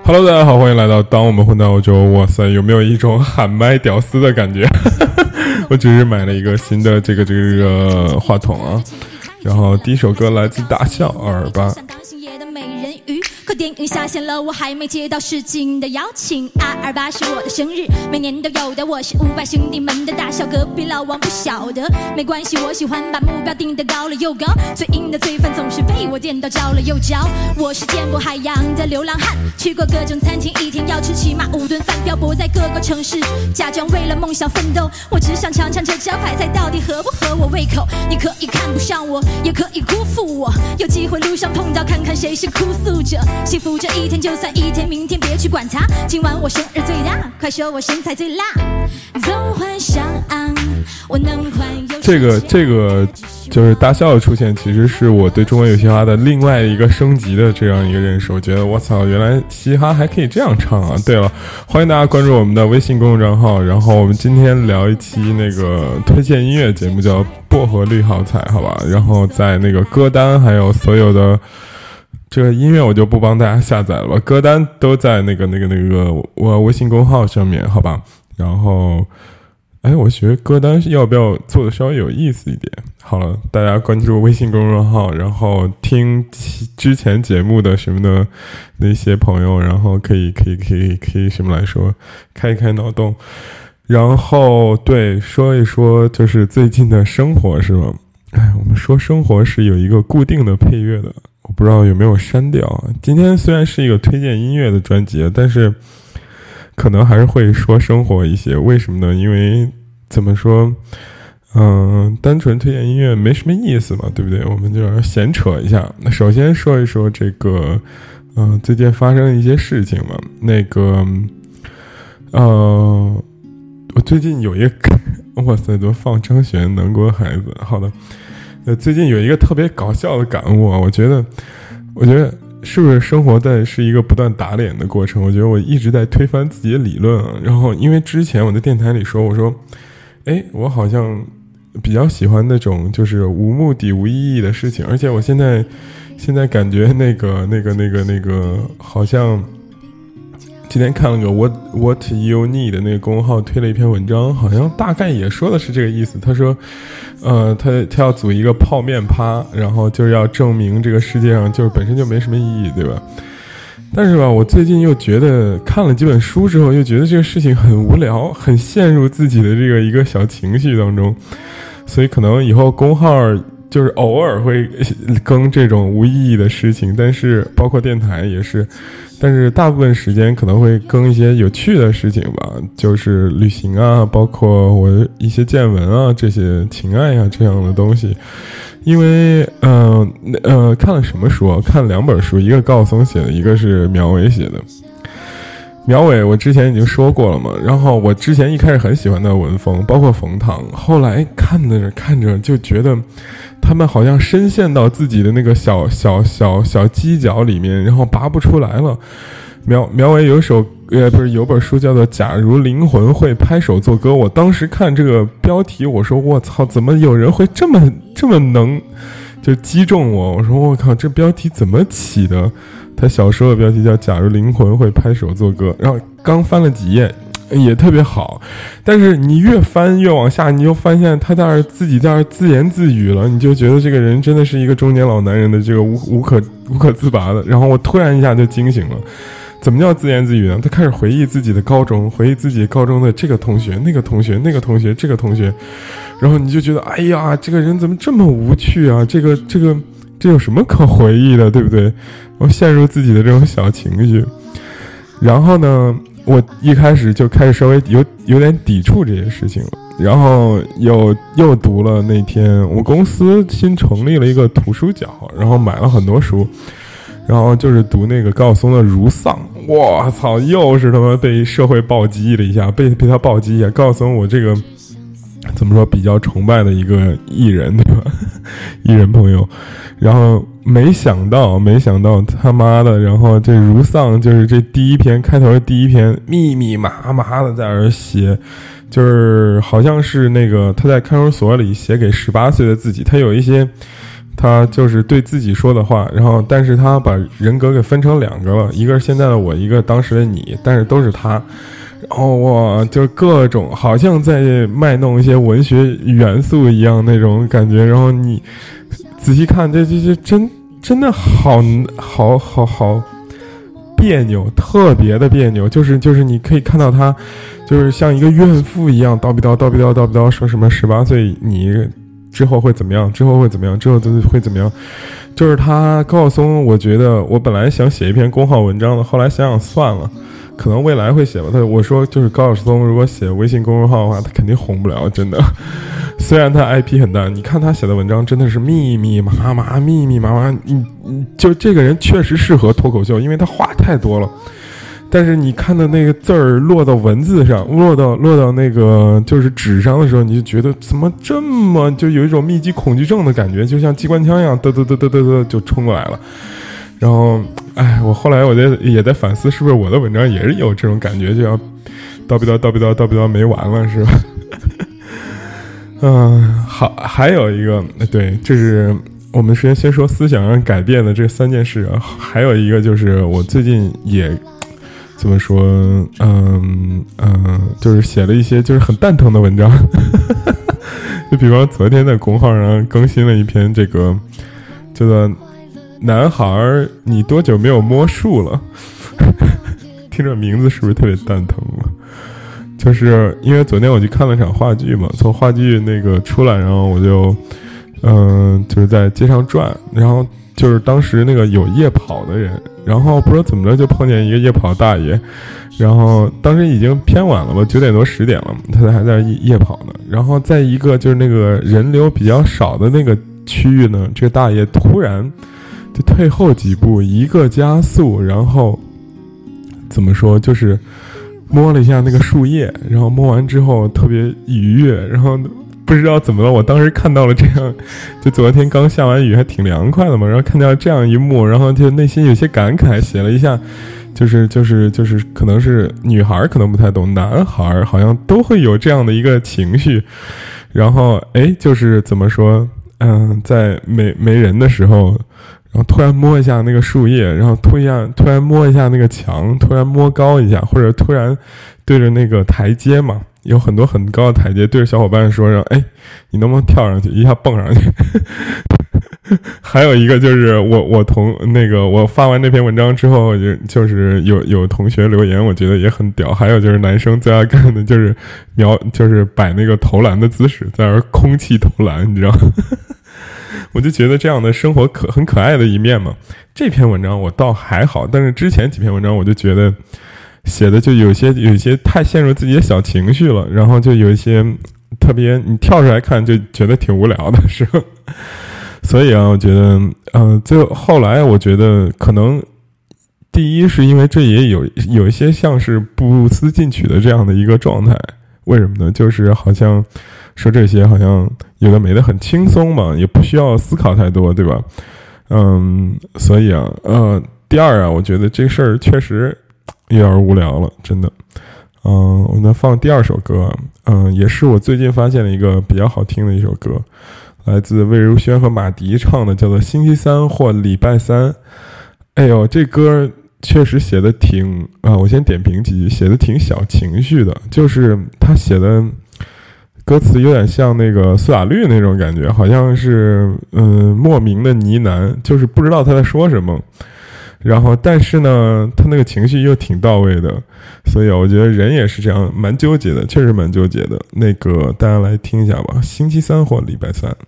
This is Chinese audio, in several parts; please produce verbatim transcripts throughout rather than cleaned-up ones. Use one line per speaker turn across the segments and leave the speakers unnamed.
Hello， 大家好，欢迎来到当我们混到欧洲。哇塞，有没有一种喊麦屌丝的感觉？我只是买了一个新的这个这个这个话筒啊。然后第一首歌来自大笑二二八。
可电影下线了，我还没接到试镜的邀请。二二八是我的生日，每年都有的。我是五百兄弟们的大笑，隔壁老王不晓得。没关系，我喜欢把目标定得高了又高。最硬的罪犯总是被我电到焦了又焦。我是见过海洋的流浪汉，去过各种餐厅，一天要吃起码五顿饭，漂泊在各个城市，假装为了梦想奋斗。我只想尝尝这招牌菜到底合不合我胃口。你可以看不上我，也可以辜负我，有机会路上碰到，看看谁是哭诉者。幸福这一天就算一天，明天别去管它。今晚我生日最大，快说我身材最辣。总幻想我能环游。
这个这个就是大笑的出现，其实是我对中国有嘻哈的另外一个升级的这样一个认识。我觉得我操，原来嘻哈还可以这样唱啊！对了，欢迎大家关注我们的微信公众账号。然后我们今天聊一期那个推荐音乐节目，叫薄荷绿好彩，好吧？然后在那个歌单还有所有的。这个音乐我就不帮大家下载了吧，歌单都在那个那个那个我微信公号上面，好吧？然后，哎，我觉得歌单要不要做的稍微有意思一点？好了，大家关注微信公众号，然后听之前节目的什么的那些朋友，然后可以可以可以可以什么来说，开一开脑洞，然后对说一说就是最近的生活是吗？哎，我们说生活是有一个固定的配乐的。我不知道有没有删掉。今天虽然是一个推荐音乐的专辑，但是可能还是会说生活一些。为什么呢？因为怎么说，嗯、呃，单纯推荐音乐没什么意思嘛，对不对？我们就要闲扯一下。那首先说一说这个，嗯、呃，最近发生的一些事情嘛。那个，呃，我最近有一个，哇塞，怎么放张悬《南国孩子》？好的。呃，最近有一个特别搞笑的感悟啊，我觉得，我觉得是不是生活在是一个不断打脸的过程？我觉得我一直在推翻自己的理论啊。然后，因为之前我在电台里说，我说，哎，我好像比较喜欢那种就是无目的、无意义的事情，而且我现在现在感觉那个、那个、那个、那个，好像。今天看了个 What What You Need 的那个公众号推了一篇文章，好像大概也说的是这个意思。他说，呃，他他要组一个泡面趴，然后就是要证明这个世界上就是本身就没什么意义，对吧？但是吧，我最近又觉得看了几本书之后，又觉得这个事情很无聊，很陷入自己的这个一个小情绪当中，所以可能以后公号就是偶尔会更这种无意义的事情，但是包括电台也是。但是大部分时间可能会更一些有趣的事情吧，就是旅行啊，包括我一些见闻啊，这些情爱啊这样的东西。因为呃呃看了什么书啊？看两本书，一个高松写的，一个是苗伟写的。苗伟我之前已经说过了嘛，然后我之前一开始很喜欢的文风，包括冯唐，后来看着看着就觉得他们好像深陷到自己的那个小小小小犄角里面，然后拔不出来了。苗苗伟有首呃不是有本书叫做《假如灵魂会拍手作歌》，我当时看这个标题，我说我操，怎么有人会这么这么能就击中我？我说我靠，这标题怎么起的？他小说的标题叫《假如灵魂会拍手作歌》，然后刚翻了几页。也特别好，但是你越翻越往下，你就发现他在那儿自己在那儿自言自语了，你就觉得这个人真的是一个中年老男人的这个无无可无可自拔的。然后我突然一下就惊醒了，怎么叫自言自语呢？他开始回忆自己的高中，回忆自己高中的这个同学、那个同学、那个同学、这个同学，然后你就觉得，哎呀，这个人怎么这么无趣啊？这个这个这有什么可回忆的，对不对？我陷入自己的这种小情绪，然后呢？我一开始就开始稍微有有点抵触这些事情了，然后又又读了那天我公司新成立了一个图书角，然后买了很多书，然后就是读那个高松的《如丧》，我操，又是他妈被社会暴击了一下，被被他暴击一下。高松我这个怎么说比较崇拜的一个艺人，对吧？艺人朋友，然后没想到没想到他妈的，然后这如丧就是这第一篇开头的第一篇密密麻麻的在那儿写，就是好像是那个他在看守所里写给十八岁的自己，他有一些他就是对自己说的话，然后但是他把人格给分成两个了，一个是现在的我，一个当时的你，但是都是他。然后哇，就各种好像在卖弄一些文学元素一样那种感觉。然后你仔细看，这这这真真的好好好好别扭，特别的别扭。就是就是你可以看到他，就是像一个怨妇一样，叨逼叨叨逼叨叨逼叨，说什么十八岁你之后会怎么样？之后会怎么样？之后会怎么样？就是他高晓松，我觉得我本来想写一篇公号文章的，后来想想算了。可能未来会写吧，他我说就是高晓松如果写微信公众号的话，他肯定红不了，真的。虽然他 I P 很大，你看他写的文章真的是密密麻麻，密密麻麻。你你就这个人确实适合脱口秀，因为他话太多了。但是你看到那个字儿落到文字上，落到落到那个就是纸上的时候，你就觉得怎么这么就有一种密集恐惧症的感觉，就像机关枪一样，嘚嘚嘚嘚嘚嘚就冲过来了。然后，哎，我后来我在也在反思，是不是我的文章也是有这种感觉，就要叨逼叨叨逼叨叨逼叨没完了，是吧？嗯，好，还有一个，对，这是我们先先说思想上改变的这三件事啊，还有一个就是我最近也怎么说，嗯嗯，就是写了一些就是很蛋疼的文章，就比方昨天在公号上更新了一篇这个叫做。男孩，你多久没有摸树了？听着名字是不是特别蛋疼了？就是因为昨天我去看了场话剧嘛，从话剧那个出来，然后我就，嗯、呃，就是在街上转，然后就是当时那个有夜跑的人，然后不知道怎么着就碰见一个夜跑大爷，然后当时已经偏晚了吧，九点多十点了，他还在夜跑呢。然后在一个就是那个人流比较少的那个区域呢，这个大爷突然。就退后几步，一个加速，然后怎么说，就是摸了一下那个树叶，然后摸完之后特别愉悦，然后不知道怎么了，我当时看到了这样，就昨天刚下完雨还挺凉快的嘛，然后看到这样一幕，然后就内心有些感慨，写了一下，就是就是就是可能是女孩可能不太懂，男孩好像都会有这样的一个情绪，然后哎，就是怎么说，嗯，在没没人的时候。然后突然摸一下那个树叶，然后突然突然摸一下那个墙，突然摸高一下，或者突然对着那个台阶嘛，有很多很高的台阶，对着小伙伴说：“让哎，你能不能跳上去，一下蹦上去？”还有一个就是我我同那个我发完那篇文章之后，就就是有有同学留言，我觉得也很屌。还有就是男生最爱干的就是瞄，就是摆那个投篮的姿势，在那儿空气投篮，你知道吗？我就觉得这样的生活可很可爱的一面嘛。这篇文章我倒还好，但是之前几篇文章我就觉得写的就有些有一些太陷入自己的小情绪了，然后就有一些特别你跳出来看就觉得挺无聊的，是吧？所以啊，我觉得，呃，最后来我觉得可能第一是因为这也有有一些像是不思进取的这样的一个状态。为什么呢？就是好像说这些好像有的没的很轻松嘛，也不需要思考太多，对吧？嗯，所以啊，呃，第二啊，我觉得这事儿确实有点无聊了，真的。嗯，我们放第二首歌，嗯，也是我最近发现了一个比较好听的一首歌，来自魏如萱和马迪唱的，叫做《星期三或礼拜三》。哎呦，这歌确实写的挺啊，我先点评几句，写的挺小情绪的，就是他写的歌词有点像那个苏打绿那种感觉，好像是嗯莫名的呢喃，就是不知道他在说什么。然后，但是呢，他那个情绪又挺到位的，所以我觉得人也是这样，蛮纠结的，确实蛮纠结的。那个大家来听一下吧，星期三或礼拜三。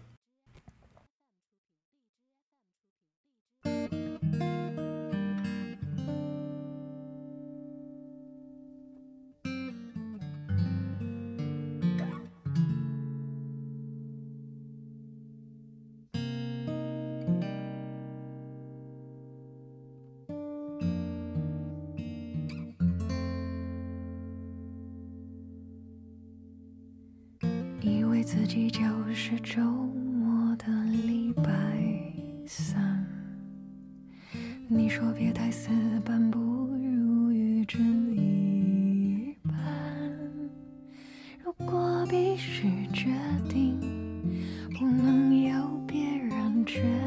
以为自己就是周末的礼拜三，你说别太死板，不如与之一般。如果必须决定，不能由别人决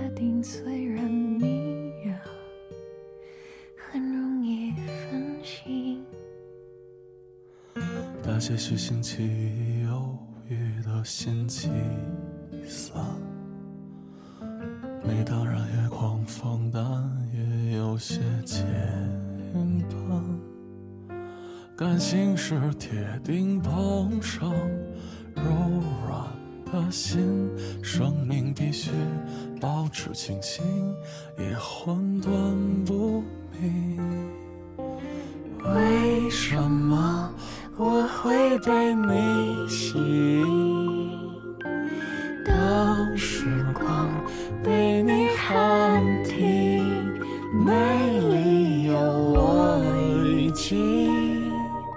那些许星期忧郁的星期三，你当然也狂放，但也有些牵绊。感性是铁钉碰上柔软的心，生命必须保持清醒，也混沌不明。为什么我会被你吸引？当时光被你喊停，没理由我已经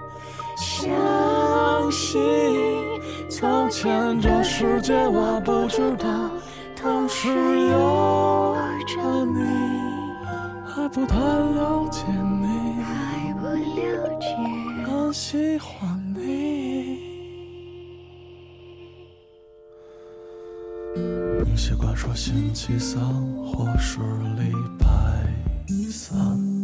相信，从前这世界我不知道，同时有着你，还不太了解你，
还不了解，
很喜欢你。你习惯说星期三或是礼拜三，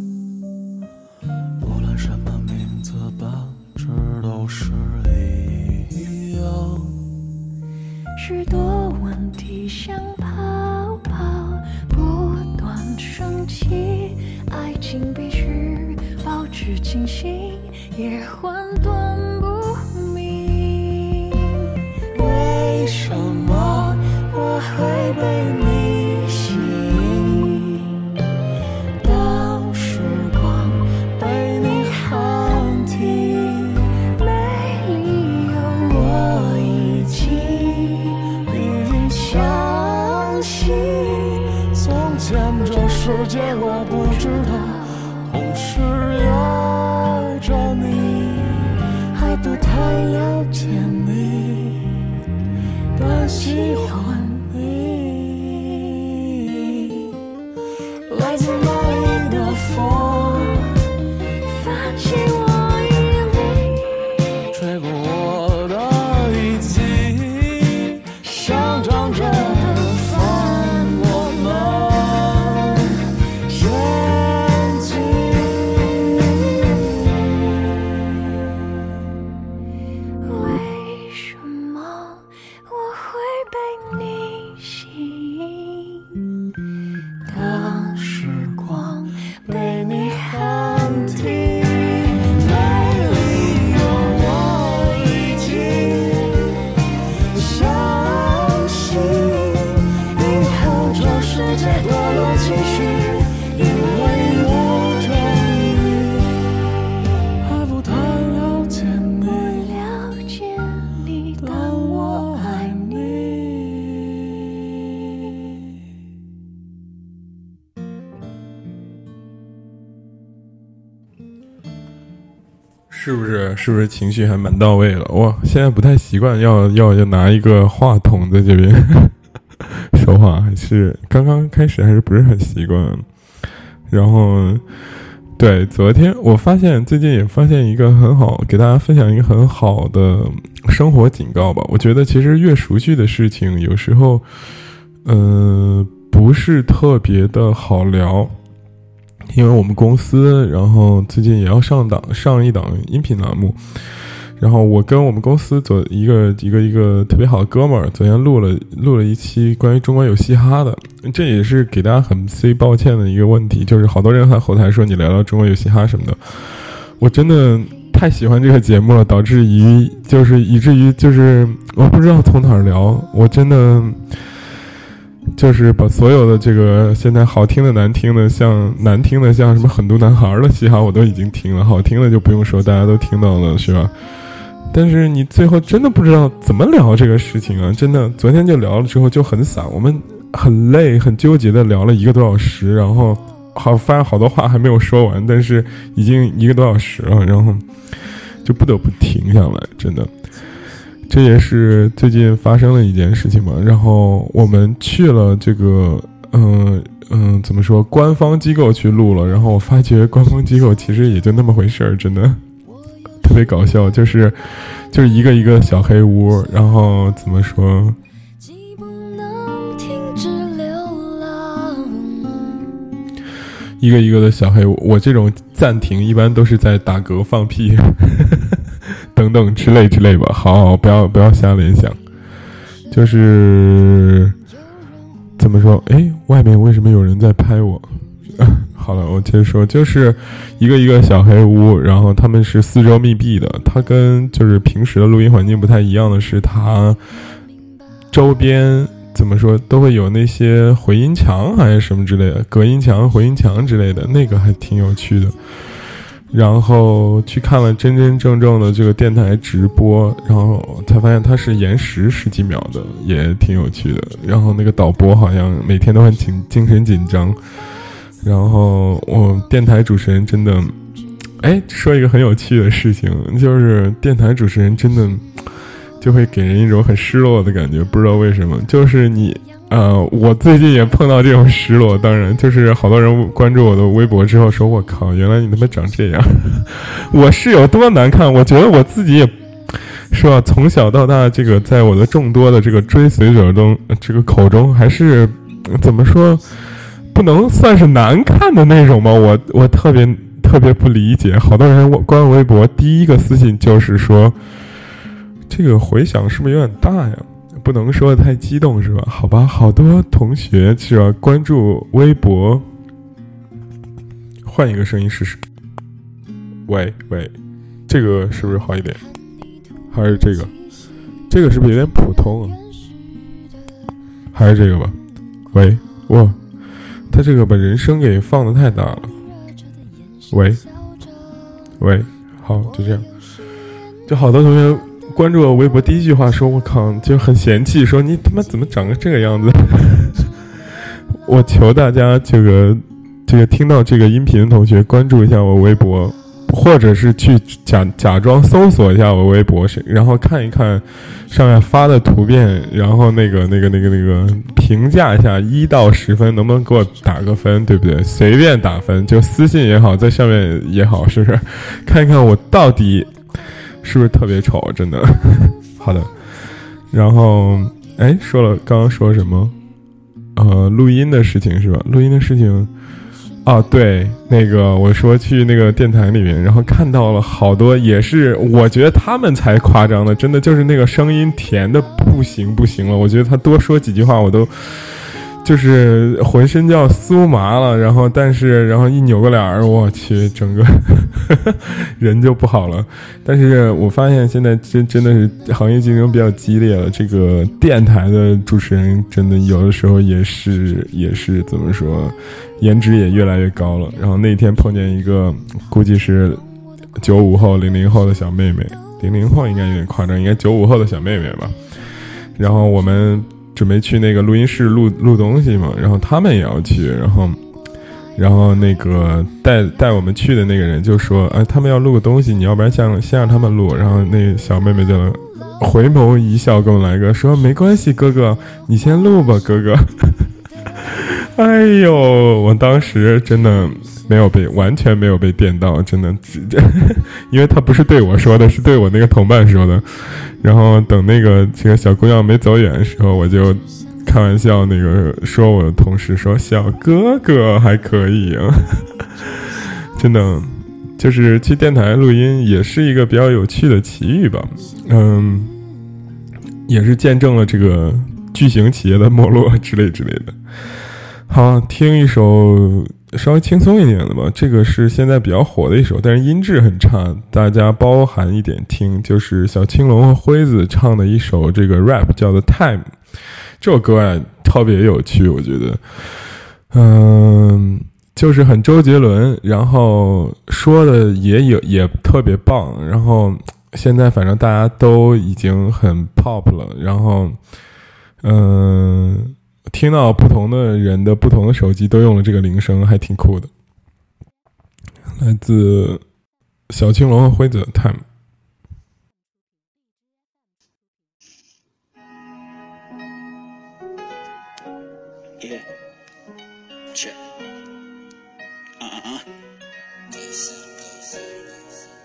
无论什么名字本质都是一样。
许多问题像泡泡不断升起，爱情必须保持清醒，也混沌不明。
为什么我会被你吸引？当时光被你喊停，
没理由我已经
已经相信，从前这世界我不知道，同时有着你，还不太了解你，但喜欢你。来自哪里的风，
泛起我衣领，
吹过我的衣襟，像长着的帆，我们前进。
为什么我会被你吸引？当时光被你喊停，没理由我已经
相信，以后这世界多了情绪，因为有着你，还不太了解你，
了解你，
但
但
我爱
我爱
你。
是不是是不是情绪还蛮到位了？哇，现在不太习惯要要要拿一个话筒在这边说话，还是刚刚开始还是不是很习惯。然后对，昨天我发现最近也发现一个很好，给大家分享一个很好的生活警告吧。我觉得其实越熟悉的事情有时候呃不是特别的好聊。因为我们公司然后最近也要上档上一档音频栏目，然后我跟我们公司昨一个一个一个特别好的哥们儿昨天录了录了一期关于中国有嘻哈的，这也是给大家很 say 抱歉的一个问题，就是好多人在后台说你聊聊中国有嘻哈什么的，我真的太喜欢这个节目了，导致于就是以至于就是我不知道从哪儿聊，我真的就是把所有的这个现在好听的难听的像难听的像什么很多男孩的嘻哈我都已经听了，好听的就不用说大家都听到了是吧，但是你最后真的不知道怎么聊这个事情啊，真的昨天就聊了之后就很散，我们很累很纠结的聊了一个多小时，然后好发现好多话还没有说完，但是已经一个多小时了，然后就不得不停下来，真的这也是最近发生的一件事情嘛。然后我们去了这个嗯嗯怎么说官方机构去录了，然后我发觉官方机构其实也就那么回事儿，真的特别搞笑，就是就是一个一个小黑屋，然后怎么说一个一个的小黑屋，我这种暂停一般都是在打嗝放屁等等之类之类吧。好好，不要不要瞎联想。就是怎么说？哎，外面为什么有人在拍我？好了，我接着说，就是一个一个小黑屋，然后他们是四周密闭的。它跟就是平时的录音环境不太一样的是，它周边怎么说都会有那些回音墙还是什么之类的，隔音墙、回音墙之类的，那个还挺有趣的。然后去看了真真正正的这个电台直播，然后才发现它是延时十几秒的，也挺有趣的。然后那个导播好像每天都很紧精神紧张。然后我电台主持人真的，哎，说一个很有趣的事情，就是电台主持人真的就会给人一种很失落的感觉，不知道为什么。就是你，呃，我最近也碰到这种失落，当然就是好多人关注我的微博之后说，我靠，原来你他妈长这样，我是有多难看？我觉得我自己也是吧，从小到大，这个在我的众多的这个追随者中，这个口中还是怎么说？不能算是难看的那种吗？我我特别特别不理解，好多人关微博第一个私信就是说，这个回响是不是有点大呀？不能说的太激动是吧？好吧，好多同学是吧，关注微博，换一个声音试试。喂喂，这个是不是好一点？还是这个？这个是不是有点普通啊？还是这个吧？喂，哇。他这个把人声给放得太大了。喂喂，好，就这样。就好多同学关注我微博，第一句话说我靠，就很嫌弃，说你他妈怎么长个这个样子。我求大家这个这个听到这个音频的同学关注一下我微博，或者是去假假装搜索一下我微博，然后看一看上面发的图片，然后那个那个那个那个评价一下一到十分，能不能给我打个分，对不对？随便打分，就私信也好，在上面也好，是不是？看一看我到底是不是特别丑，真的。好的，然后哎，说了刚刚说什么？呃，录音的事情是吧？录音的事情。啊，对，那个我说去那个电台里面，然后看到了好多，也是我觉得他们才夸张的，真的就是那个声音甜的不行不行了。我觉得他多说几句话，我都就是浑身就要酥麻了。然后，但是然后一扭个脸儿，我去，整个人就不好了。但是我发现现在真真的是行业竞争比较激烈了，这个电台的主持人真的有的时候也是也是怎么说？颜值也越来越高了。然后那天碰见一个估计是九五后零零后的小妹妹，零零后应该有点夸张，应该九五后的小妹妹吧。然后我们准备去那个录音室录录东西嘛，然后他们也要去，然后然后那个带带我们去的那个人就说，哎，他们要录个东西，你要不然先先让他们录。然后那小妹妹就回眸一笑，跟我来个说，没关系，哥哥，你先录吧，哥哥。哎呦，我当时真的没有被完全没有被电到，真的，因为他不是对我说的，是对我那个同伴说的。然后等那个这个小姑娘没走远的时候，我就开玩笑那个说我的同事说，小哥哥还可以啊。真的就是去电台录音也是一个比较有趣的奇遇吧。嗯，也是见证了这个巨型企业的没落之类之类的。好，听一首稍微轻松一点的吧，这个是现在比较火的一首，但是音质很差，大家包含一点听，就是小青龙和辉子唱的一首这个 rap 叫做 Time。 这首歌啊特别有趣，我觉得嗯，就是很周杰伦，然后说的也有也特别棒，然后现在反正大家都已经很 pop 了，然后嗯，听到不同的人的不同的手机都用了这个铃声，还挺酷的。来自小青龙和辉子 Time。
Yeah. Check. Uh-uh-uh.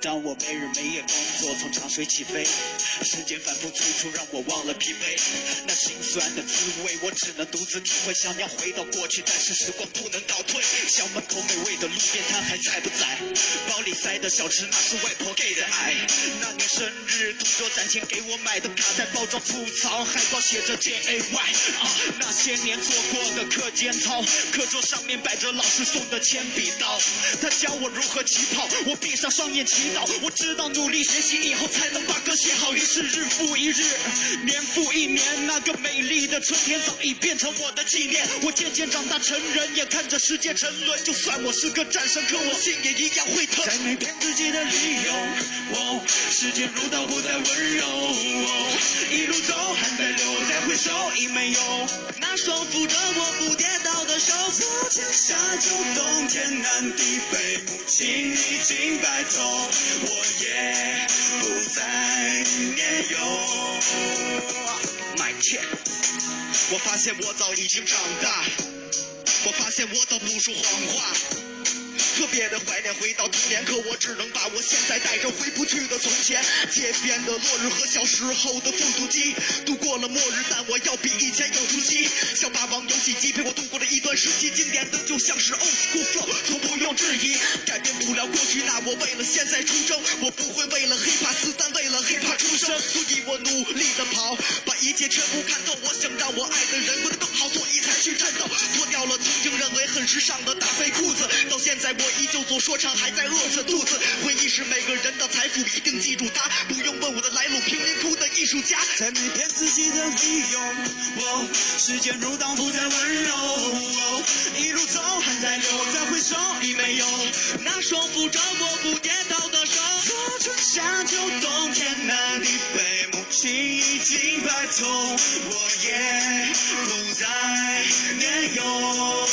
当我没日没夜工作，从长水起飞，时间反复催促，让我忘了疲惫。那心酸的滋味，我只能独自体会。想要回到过去，但是时光不能倒退。校门口美味的路边摊还在不在？包里塞的小吃，那是外婆给的爱。那年生日，同桌攒钱给我买的卡带，包装粗糙，海报写着 J A Y。啊，那些年做过的课间操，课桌上面摆着老师送的铅笔刀。他教我如何起跑，我闭上双眼祈祷，我知道努力学习以后才能把歌写好。于是日复一日，年复一年，那个美丽的春天早已变成我的纪念。我渐渐长大成人，眼看着世界沉沦，就算我是个战神，可我心也一样会疼。再没骗自己的理由，哦，时间如刀不再温柔，哦，一路走汗在流，再回首已没有那双扶着我不跌倒的手。从前夏秋冬天南地北，母亲已经白头，我也不再年幼。My check， 我发现我早已经长大，我发现我早不说谎话。特别的怀念回到童年，可我只能把我现在带着回不去的从前。街边的落日和小时候的复读机，度过了末日，但我要比以前有出息。小霸王游戏机陪我度过了一段时期，经典的就像是 old school flow， 从不用质疑。改变不了过去，那我为了现在出征，我不会为了黑怕死，但为了黑怕出生。所以我努力的跑，把一切全部看透。我想让我爱的人过得更好，所以才去战斗。脱掉了曾经认为很时尚的大肥裤子，到现在我依旧做说唱，还在饿着肚子。回忆是每个人的财富，一定记住它。不用问我的来路，贫民窟的艺术家，再没骗自己的理由。哦，时间如刀不再温柔，哦，一路走汗在流，再回首已没有那双扶着我不跌倒的手。从春夏秋冬天南地北，母亲已经白头，我也不再年幼。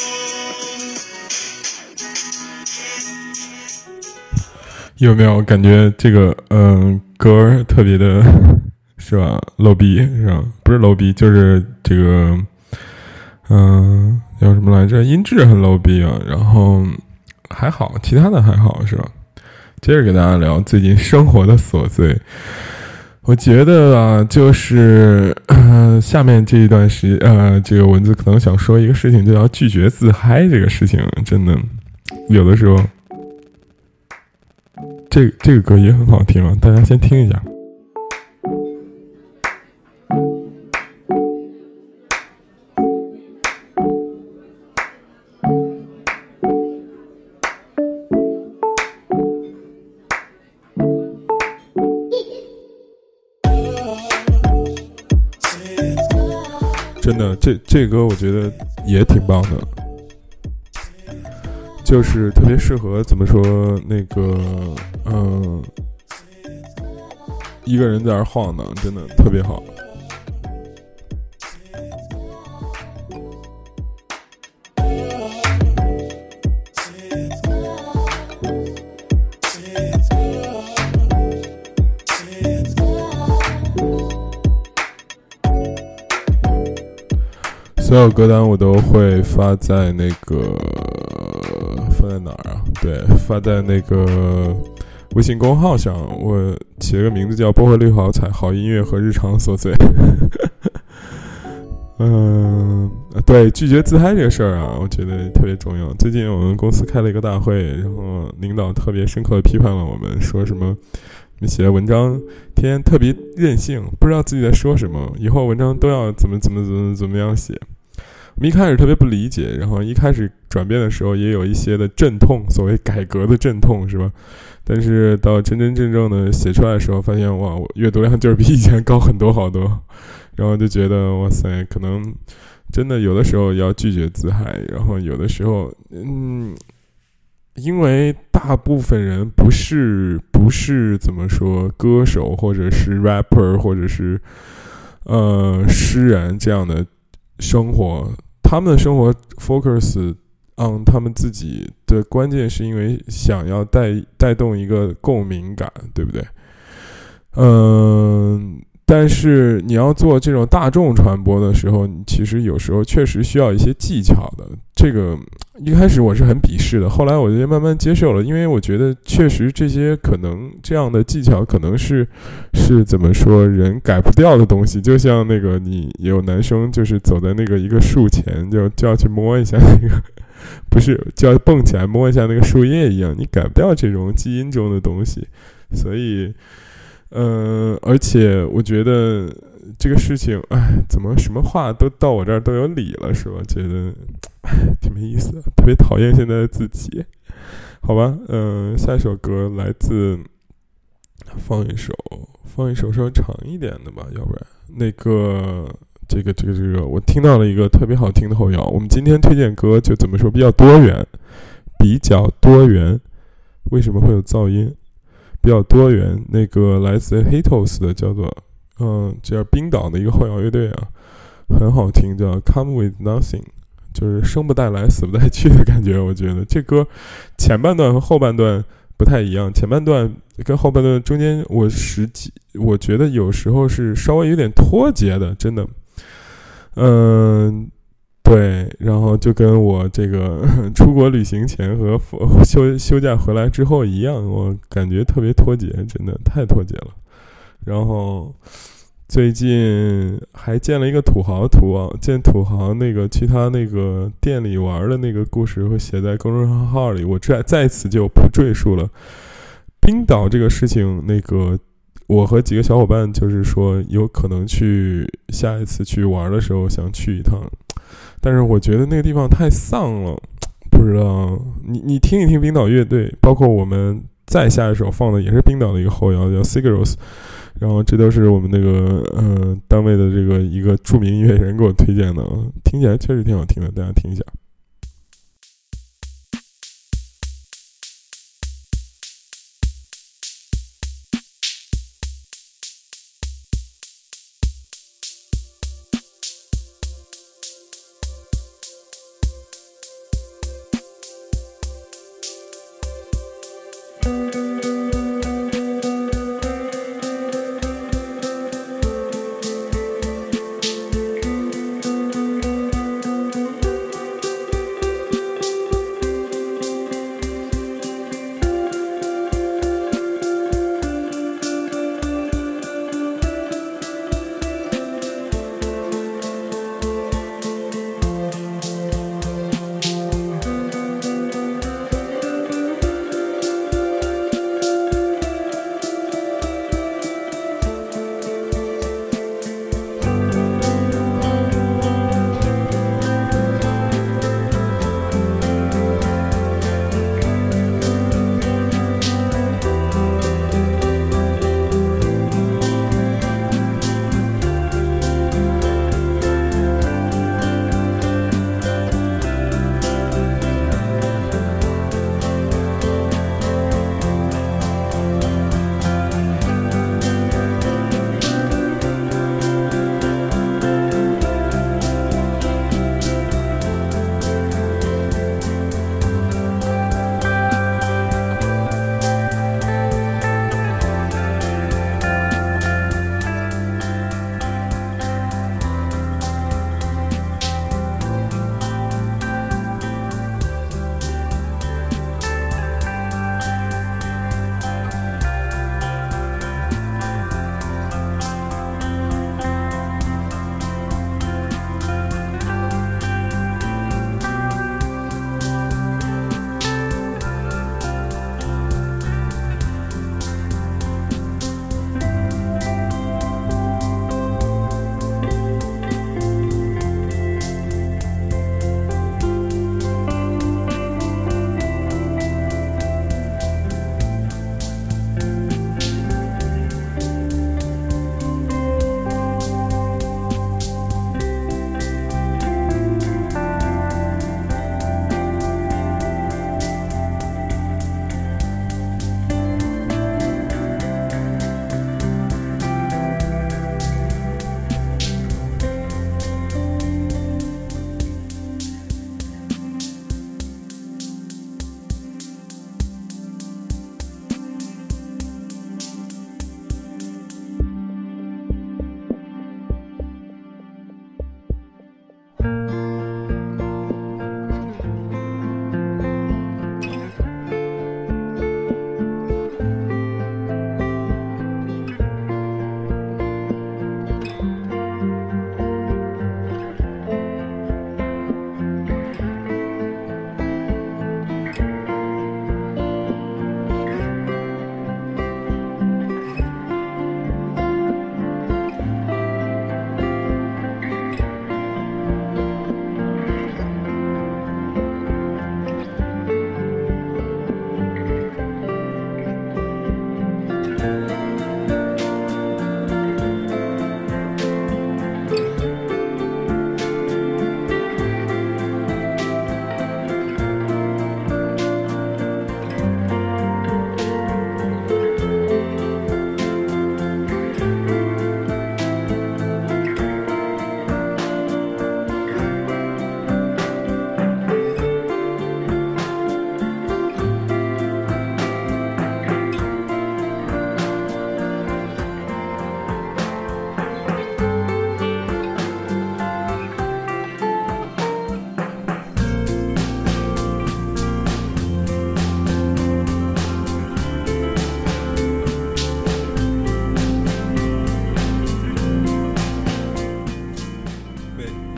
有没有感觉这个嗯、呃、歌特别的是吧 low 逼是吧？不是 low 逼，就是这个嗯、呃、叫什么来着？音质很 low 逼啊，然后还好，其他的还好是吧？接着给大家聊最近生活的琐碎。我觉得啊，就是呃下面这一段时呃这个文字可能想说一个事情，就叫拒绝自嗨这个事情，真的有的时候。这个这个歌也很好听啊，大家先听一下。真的，这这歌我觉得也挺棒的。就是特别适合怎么说那个嗯，一个人在那儿晃荡，真的特别好。所有歌单我都会发在那个发在哪儿啊？对，发在那个微信公号上。我起了个名字叫薄荷绿好彩，好音乐和日常琐碎。嗯，对，拒绝自嗨这个事儿啊，我觉得特别重要。最近我们公司开了一个大会，然后领导特别深刻地批判了我们，说什么你写的文章天天特别任性，不知道自己在说什么，以后文章都要怎么怎么怎么怎么样写。我们一开始特别不理解，然后一开始转变的时候也有一些的阵痛，所谓改革的阵痛是吧？但是到真真正正的写出来的时候，发现哇，我阅读量就是比以前高很多好多，然后就觉得哇塞，可能真的有的时候要拒绝自嗨，然后有的时候嗯，因为大部分人不是不是怎么说歌手或者是 rapper 或者是呃诗人这样的生活，他们的生活 focus on 他们自己的关键是因为想要带带动一个共鸣感，对不对？嗯、呃，但是你要做这种大众传播的时候，你其实有时候确实需要一些技巧的。这个一开始我是很鄙视的，后来我就慢慢接受了，因为我觉得确实这些可能这样的技巧可能是是怎么说人改不掉的东西，就像那个你有男生就是走在那个一个树前就就要去摸一下那个不是就要蹦起来摸一下那个树叶一样，你改不掉这种基因中的东西，所以呃而且我觉得这个事情哎怎么什么话都到我这儿都有理了是吧，觉得挺没意思的，特别讨厌现在的自己。好吧，嗯、呃，下一首歌来自放一首放一首稍微长一点的吧，要不然那个这个这个这个我听到了一个特别好听的后摇。我们今天推荐歌就怎么说比较多元，比较多元。为什么会有噪音？比较多元。那个来自 Hatos 的叫做嗯，这是冰岛的一个后摇乐队啊，很好听，叫 Come With Nothing。就是生不带来死不带去的感觉，我觉得这歌前半段和后半段不太一样，前半段跟后半段中间我实际我觉得有时候是稍微有点脱节的，真的。嗯，对，然后就跟我这个出国旅行前和休休假回来之后一样，我感觉特别脱节，真的太脱节了。然后最近还见了一个土豪图啊，见土豪那个去他那个店里玩的那个故事会写在公众号里，我再再次就不赘述了。冰岛这个事情，那个我和几个小伙伴就是说有可能去下一次去玩的时候想去一趟，但是我觉得那个地方太丧了，不知道你你听一听冰岛乐队，包括我们再下一首放的也是冰岛的一个后摇叫 Sigaros。然后这都是我们那个呃单位的这个一个著名音乐人给我推荐的，听起来确实挺好听的，大家听一下。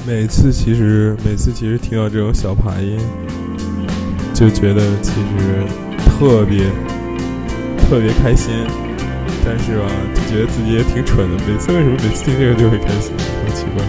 每次其实每次其实听到这种小爬音，就觉得其实特别特别开心，但是吧，就觉得自己也挺蠢的。每次为什么每次听这个就会开心，好奇怪。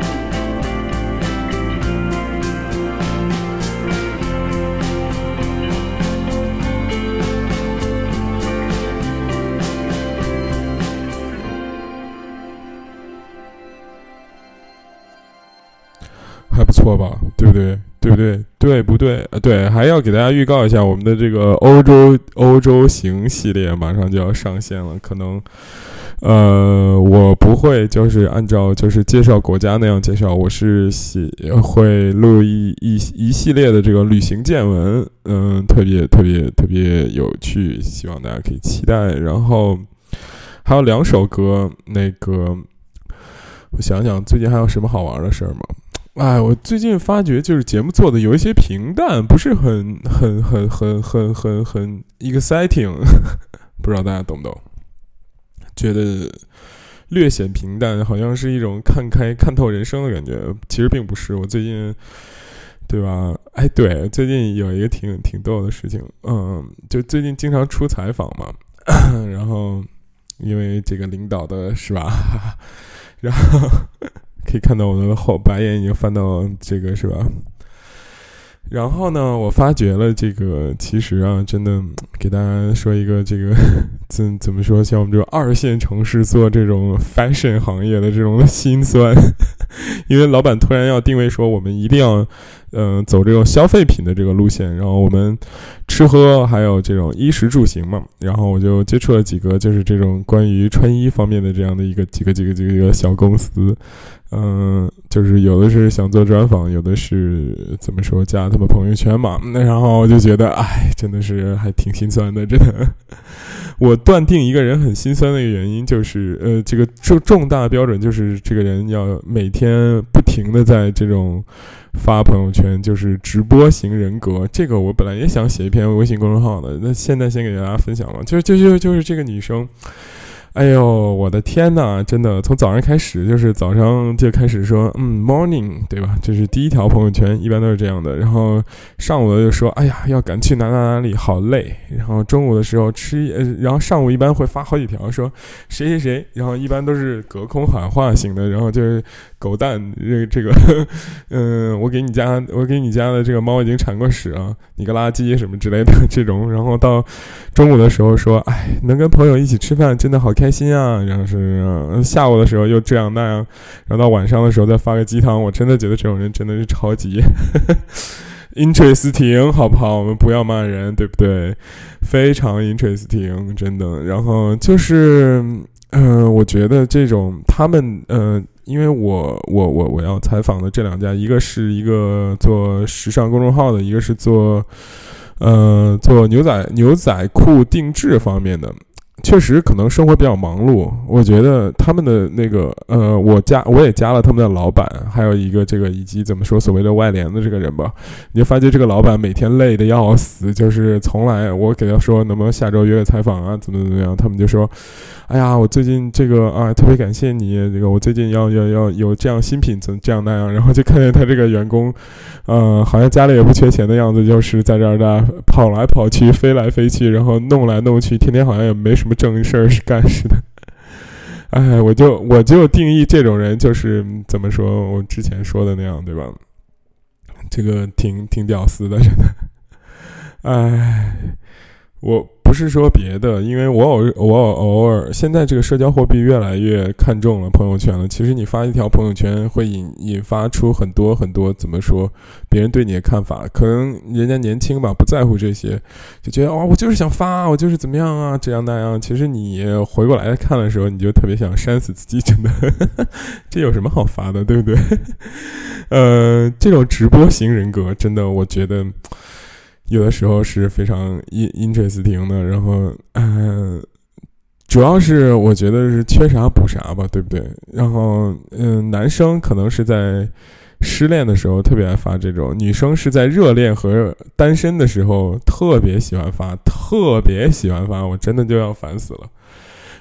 还不错吧，对不对？对不对？对不对？呃，对，还要给大家预告一下，我们的这个欧洲欧洲行系列马上就要上线了。可能，呃，我不会就是按照就是介绍国家那样介绍，我是写会录一一一系列的这个旅行见闻，嗯，特别特别特别有趣，希望大家可以期待。然后还有两首歌，那个我想想，最近还有什么好玩的事儿吗？哎，我最近发觉就是节目做的有一些平淡，不是很很很很很很很 exciting， 不知道大家懂不懂？觉得略显平淡，好像是一种看开看透人生的感觉，其实并不是。我最近，对吧？哎，对，最近有一个挺挺逗的事情，嗯，就最近经常出采访嘛，然后因为这个领导的是吧，然后。可以看到我的后白眼已经翻到这个是吧？然后呢，我发觉了这个，其实啊，真的给大家说一个这个怎怎么说，像我们这种二线城市做这种 fashion 行业的这种的辛酸，因为老板突然要定位说我们一定要嗯、呃、走这种消费品的这个路线，然后我们吃喝还有这种衣食住行嘛，然后我就接触了几个就是这种关于穿衣方面的这样的一个几个几个几个几个小公司。嗯，就是有的是想做专访，有的是怎么说加他们朋友圈嘛，那然后我就觉得，哎，真的是还挺心酸的，真的。我断定一个人很心酸的一个原因就是，呃，这个重重大标准就是这个人要每天不停的在这种发朋友圈，就是直播型人格。这个我本来也想写一篇微信公众号的，那现在先给大家分享了，就就就就是这个女生。哎呦，我的天哪！真的，从早上开始，就是早上就开始说，嗯 ，morning， 对吧？这是第一条朋友圈，一般都是这样的。然后上午的就说，哎呀，要赶去哪哪哪里，好累。然后中午的时候吃，呃，然后上午一般会发好几条，说谁谁谁，然后一般都是隔空喊话型的，然后就是狗蛋，这这个，嗯、呃，我给你家，我给你家的这个猫已经铲过屎啊，你个垃圾什么之类的这种。然后到中午的时候说，哎，能跟朋友一起吃饭，真的好开心啊，然后是、呃、下午的时候又这样那样，然后到晚上的时候再发个鸡汤，我真的觉得这种人真的是超级interesting， 好不好？我们不要骂人，对不对？非常 interesting， 真的。然后就是，嗯、呃，我觉得这种他们，呃，因为我我我我要采访的这两家，一个是一个做时尚公众号的，一个是做呃做牛仔牛仔裤定制方面的。确实可能生活比较忙碌，我觉得他们的那个呃，我加我也加了他们的老板，还有一个这个以及怎么说所谓的外联的这个人吧，你就发觉这个老板每天累得要死，就是从来我给他说能不能下周约个采访啊，怎么怎么样，他们就说，哎呀，我最近这个啊特别感谢你，这个我最近要要要有这样新品怎这样那样，然后就看见他这个员工，呃，好像家里也不缺钱的样子，就是在这儿的跑来跑去，飞来飞去，然后弄来弄去，天天好像也没什么正事儿是干似的。哎，我就我就定义这种人就是怎么说，我之前说的那样，对吧？这个挺挺屌丝的，真的。哎，我不是说别的，因为我偶我偶尔现在这个社交货币越来越看重了朋友圈了。其实你发一条朋友圈会引引发出很多很多怎么说别人对你的看法，可能人家年轻吧，不在乎这些，就觉得哦，我就是想发，我就是怎么样啊，这样那样。其实你回过来看的时候，你就特别想扇死自己，真的，这有什么好发的，对不对？呃，这种直播型人格，真的，我觉得。有的时候是非常 interesting 的，然后嗯、呃，主要是我觉得是缺啥补啥吧，对不对？然后嗯、呃，男生可能是在失恋的时候特别爱发这种，女生是在热恋和单身的时候特别喜欢发，特别喜欢发，我真的就要烦死了。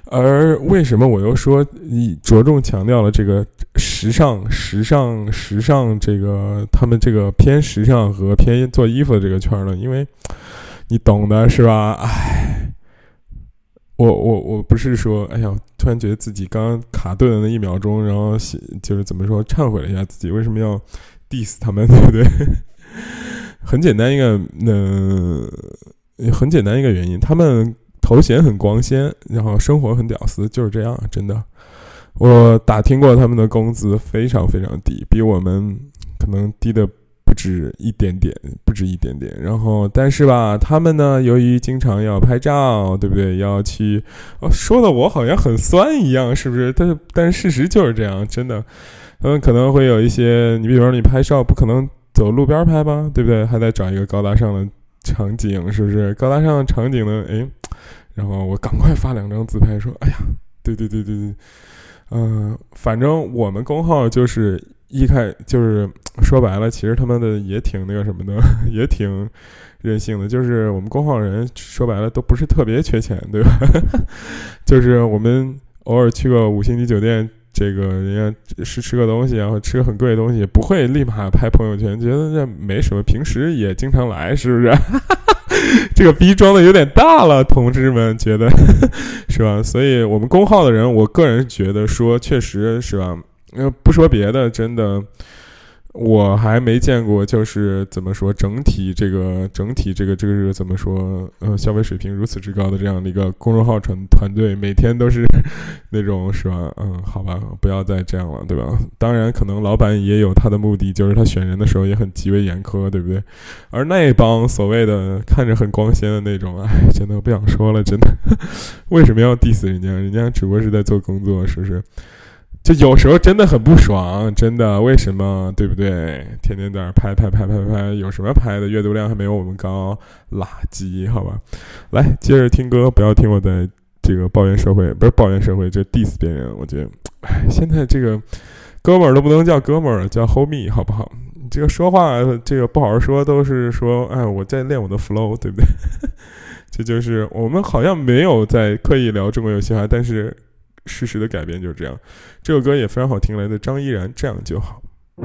而为什么我又说你着重强调了这个时尚时尚时尚这个他们这个偏时尚和偏做衣服的这个圈呢？因为你懂的是吧？哎，我我我不是说哎呀突然觉得自己刚刚卡顿的那一秒钟，然后就是怎么说忏悔了一下自己为什么要 diss 他们，对不对？很简单一个呃很简单一个原因，他们头衔很光鲜，然后生活很屌丝，就是这样，真的。我打听过他们的工资非常非常低，比我们可能低的不止一点点，不止一点点。然后，但是吧，他们呢，由于经常要拍照，对不对？要去，哦，说的我好像很酸一样，是不是？但是，但是事实就是这样，真的。他们可能会有一些，你比如说你拍照，不可能走路边拍吧，对不对？还得找一个高大上的场景，是不是？高大上的场景呢？诶，然后我赶快发两张自拍，说：“哎呀，对对对对对，嗯、呃，反正我们公号就是一开就是说白了，其实他们的也挺那个什么的，也挺任性的。就是我们公号人说白了都不是特别缺钱，对吧？就是我们偶尔去个五星级酒店。”这个人家是吃个东西，然后吃个很贵的东西，不会立马拍朋友圈，觉得这没什么，平时也经常来，是不是？这个逼装的有点大了，同志们觉得是吧？所以我们公号的人，我个人觉得说，确实是吧？呃，不说别的，真的。我还没见过，就是怎么说，整体这个整体这个这个这个怎么说，呃，消费水平如此之高的这样的一个公众号团团队，每天都是那种是吧？嗯，好吧，不要再这样了，对吧？当然，可能老板也有他的目的，就是他选人的时候也很极为严苛，对不对？而那帮所谓的看着很光鲜的那种，哎，真的不想说了，真的，为什么要 diss 人家？人家只不过是在做工作，是不是？就有时候真的很不爽，真的，为什么，对不对？天天在那拍拍拍拍拍，有什么拍的？阅读量还没有我们高，垃圾，好吧？来，接着听歌，不要听我在这个抱怨社会，不是抱怨社会，这 diss 别人。我觉得，哎，现在这个哥们儿都不能叫哥们儿，叫 homie， 好不好？这个说话，这个不好好说，都是说，哎，我在练我的 flow， 对不对？这就是我们好像没有在刻意聊中国有嘻哈，但是。事实的改变就是这样，这首歌也非常好听，来自张依然，这样就好。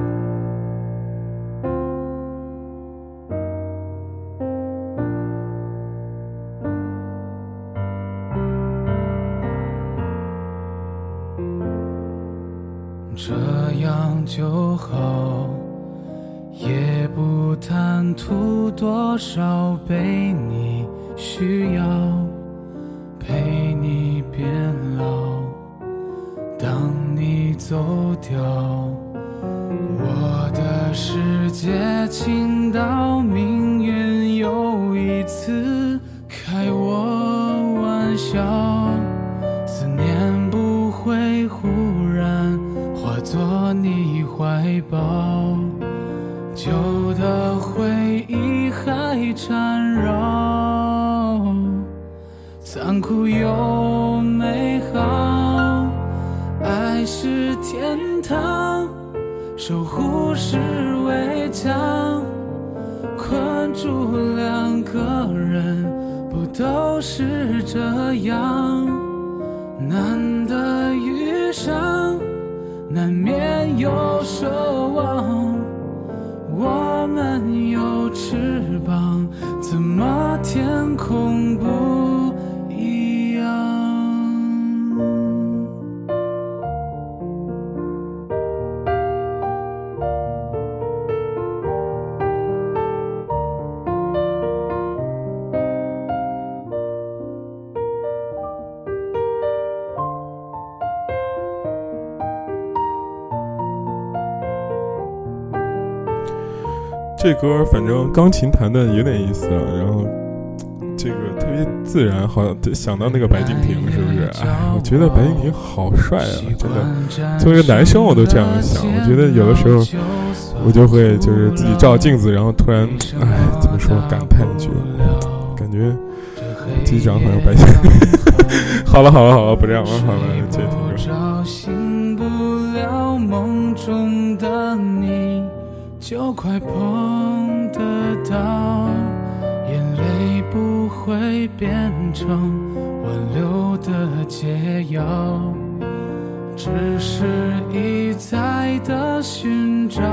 这样就好，也不贪图多少被你需要，陪你变老。当你走掉，我的世界倾倒，命运又一次开我玩笑。思念不会忽然化作你怀抱，旧的回忆还缠绕，残酷又美好。爱是天堂，守护是围墙，困住两个人，不都是这样？难得遇上，难免有奢望。我们有翅膀，怎么天空不一样？
这歌反正钢琴弹的有点意思啊，然后这个特别自然，好像想到那个白敬亭，是不是？哎，我觉得白敬亭好帅啊，真的。作为一个男生，我都这样想。我觉得有的时候，我就会就是自己照镜子，然后突然，哎，怎么说，感叹一句，感觉自己长得好像白敬亭。好了，好了，好了，不这样了，好了，接着听歌。
醒不了梦中的你。就快碰得到，眼泪不会变成我流的解药，只是一再的寻找，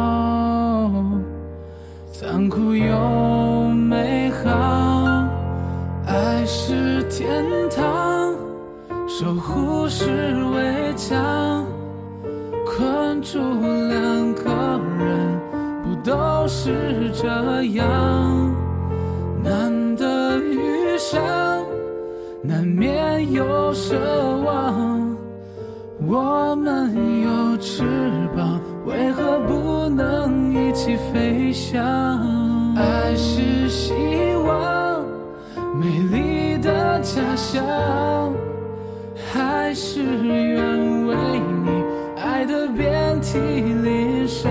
残酷又美好，爱是天堂，守护是围墙，困住两个人不都是这样，难得遇上难免有奢望，我们有翅膀，为何不能一起飞翔？爱是希望，美丽的假象，还是愿为你爱得遍体鳞伤？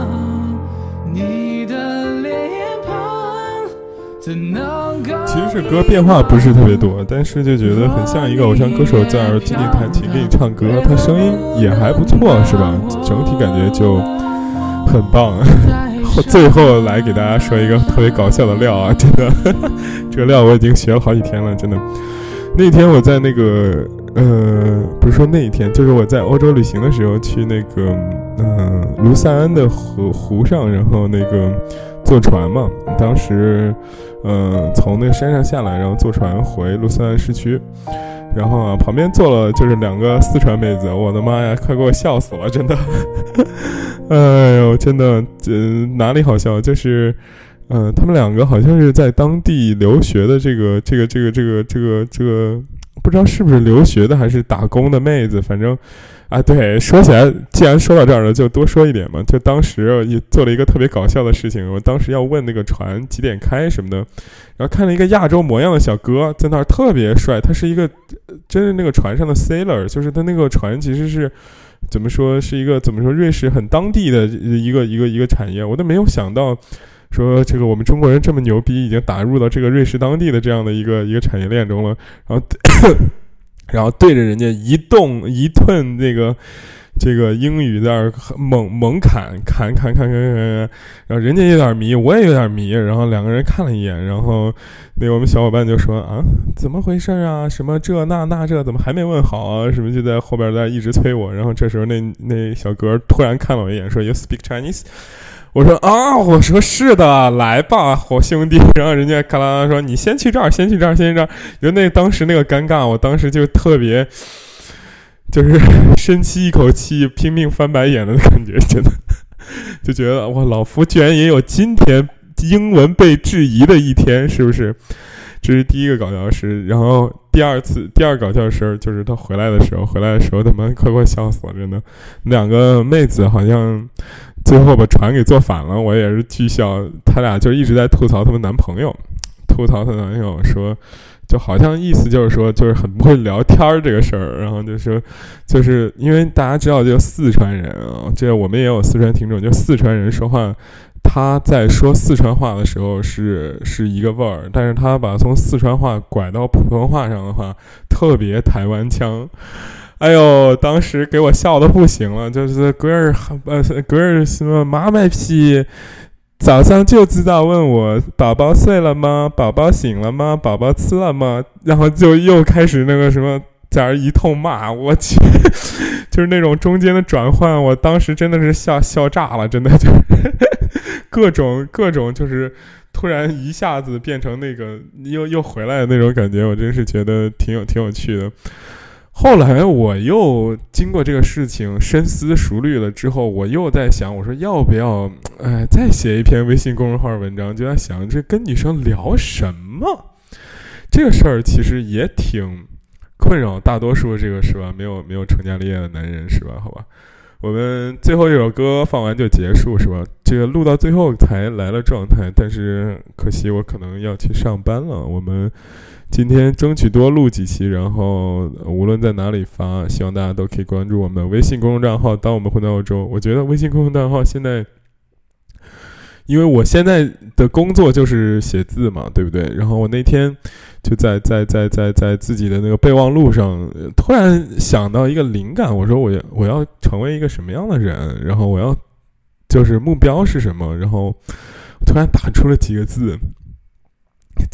你的脸庞怎能够？
其实这歌变化不是特别多，但是就觉得很像一个偶像歌手在耳机里弹琴给你唱歌，他声音也还不错，是吧？整体感觉就很棒。最后来给大家说一个特别搞笑的料啊，真的，这个料我已经学了好几天了，真的。那天我在那个呃，不是说那一天，就是我在欧洲旅行的时候去那个嗯、呃、卢塞恩的河湖上，然后那个坐船嘛，当时呃从那个山上下来，然后坐船回卢塞恩市区，然后啊旁边坐了就是两个四川妹子，我的妈呀，快给我笑死了，真的。哎呦，真的，呃，哪里好笑？就是，呃，他们两个好像是在当地留学的，这个，这个，这个，这个，这个，这个，不知道是不是留学的还是打工的妹子，反正，啊，对，说起来，既然说到这儿了，就多说一点嘛。就当时也做了一个特别搞笑的事情，我当时要问那个船几点开什么的，然后看了一个亚洲模样的小哥在那儿特别帅，他是一个真是那个船上的 sailor， 就是他那个船其实是。怎么说是一个怎么说瑞士很当地的一个一个一个产业，我都没有想到说这个我们中国人这么牛逼，已经打入到这个瑞士当地的这样的一个一个产业链中了，然后然后对着人家一动一顿那个这个英语在那儿猛猛砍砍砍砍砍砍，然后人家有点迷，我也有点迷，然后两个人看了一眼，然后那个我们小伙伴就说啊，怎么回事啊？什么这那那这怎么还没问好啊？什么就在后边在一直催我，然后这时候那那小哥突然看了我一眼，说 You speak Chinese？ 我说啊，我说是的，来吧，好兄弟。然后人家咔啦啦说你先去这儿，先去这儿，先去这儿。就那当时那个尴尬，我当时就特别。就是深吸一口气拼命翻白眼的感觉，真的就觉得哇，老夫居然也有今天英文被质疑的一天，是不是？这是第一个搞笑事。然后第二次第二搞笑事就是他回来的时候回来的时候他们快快笑死了，真的。两个妹子好像最后把船给坐反了，我也是巨笑。他俩就一直在吐槽他们男朋友，吐槽他男朋友说就好像意思就是说就是很不会聊天这个事儿，然后就说就是因为大家知道就四川人啊，这我们也有四川听众，就四川人说话他在说四川话的时候是是一个味儿，但是他把从四川话拐到普通话上的话特别台湾腔。哎呦，当时给我笑的不行了，就是哥儿呃哥儿什么妈卖批早上就知道问我宝宝睡了吗？宝宝醒了吗？宝宝吃了吗？然后就又开始那个什么在那一通骂，我去，就是那种中间的转换，我当时真的是笑笑炸了，真的就是各种各种就是突然一下子变成那个又又回来的那种感觉，我真是觉得挺有挺有趣的。后来我又经过这个事情深思熟虑了之后，我又在想，我说要不要哎再写一篇微信公众号文章，就在想这跟女生聊什么这个事儿，其实也挺困扰大多数这个是吧没有没有成家立业的男人是吧？好吧，我们最后一首歌放完就结束是吧？这个录到最后才来了状态，但是可惜我可能要去上班了。我们今天争取多录几期，然后无论在哪里发，希望大家都可以关注我们的微信公众账号当我们混在欧洲。我觉得微信公众账号现在因为我现在的工作就是写字嘛，对不对？然后我那天就在在在在在自己的那个备忘录上突然想到一个灵感，我说我要我要成为一个什么样的人，然后我要就是目标是什么，然后突然打出了几个字，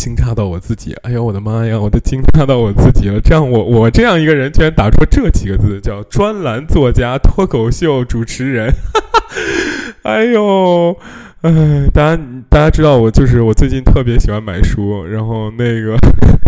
惊诧到我自己，哎呦我的妈呀，我都惊讶到我自己了。这样我我这样一个人居然打出这几个字，叫专栏作家、脱口秀主持人。哎呦，哎，大家大家知道我就是我最近特别喜欢买书，然后那个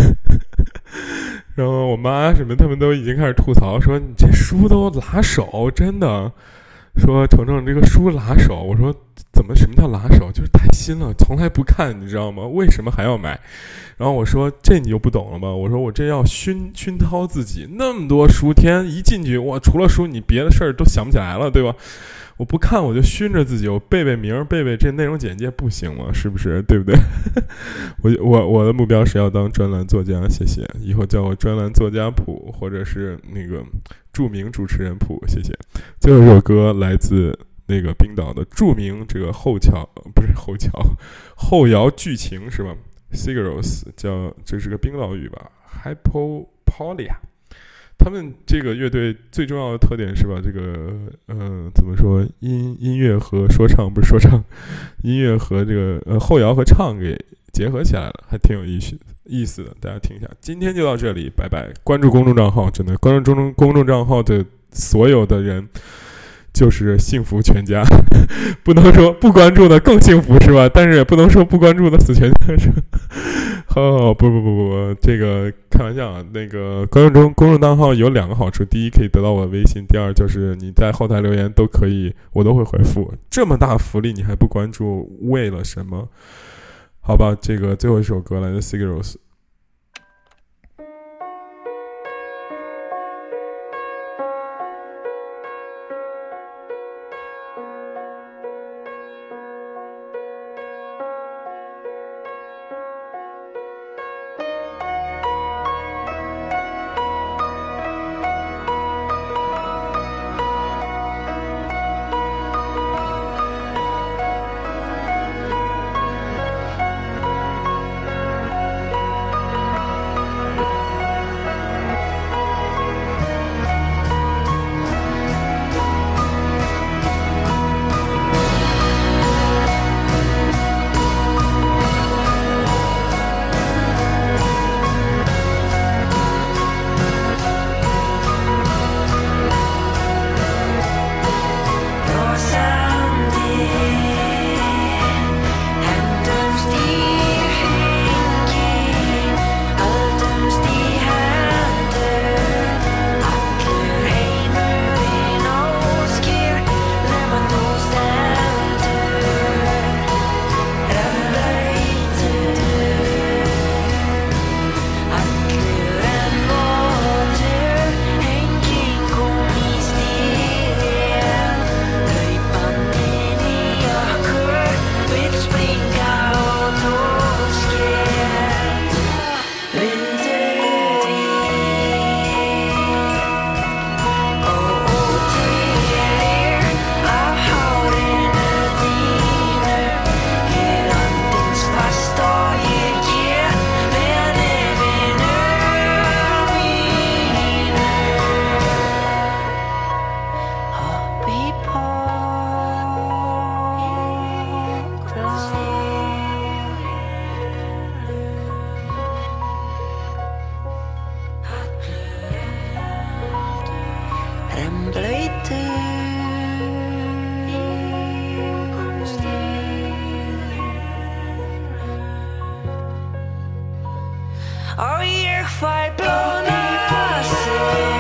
然后我妈什么他们都已经开始吐槽说你这书都拿手，真的。说程程这个书拿手，我说怎么什么叫拿手？就是太新了，从来不看，你知道吗？为什么还要买？然后我说这你就不懂了吗？我说我这要熏熏陶自己，那么多书，天一进去，我除了书，你别的事儿都想不起来了，对吧？我不看我就熏着自己，我背背名，背背这内容简介不行吗？是不是？对不对？我我我的目标是要当专栏作家，谢谢。以后叫我专栏作家普，或者是那个著名主持人普，谢谢。最后一首歌来自那个冰岛的著名这个后桥，不是后桥，后摇剧情是吧 ？Sigaros 叫这是个冰岛语吧 ？Hypopolia。他们这个乐队最重要的特点是把这个呃怎么说音音乐和说唱不是说唱，音乐和这个呃后摇和唱给结合起来了，还挺有意思意思的，大家听一下。今天就到这里，拜拜！关注公众账号，真的关注公众公众账号的所有的人就是幸福全家，不能说不关注的更幸福是吧？但是也不能说不关注的死全家是吧。哦，不不不不，这个开玩笑啊。那个关注中公众账号有两个好处，第一可以得到我的微信，第二就是你在后台留言都可以，我都会回复。这么大福利你还不关注，为了什么？好吧，这个最后一首歌来自 Sigaros。
Og ég fæ blóðnasir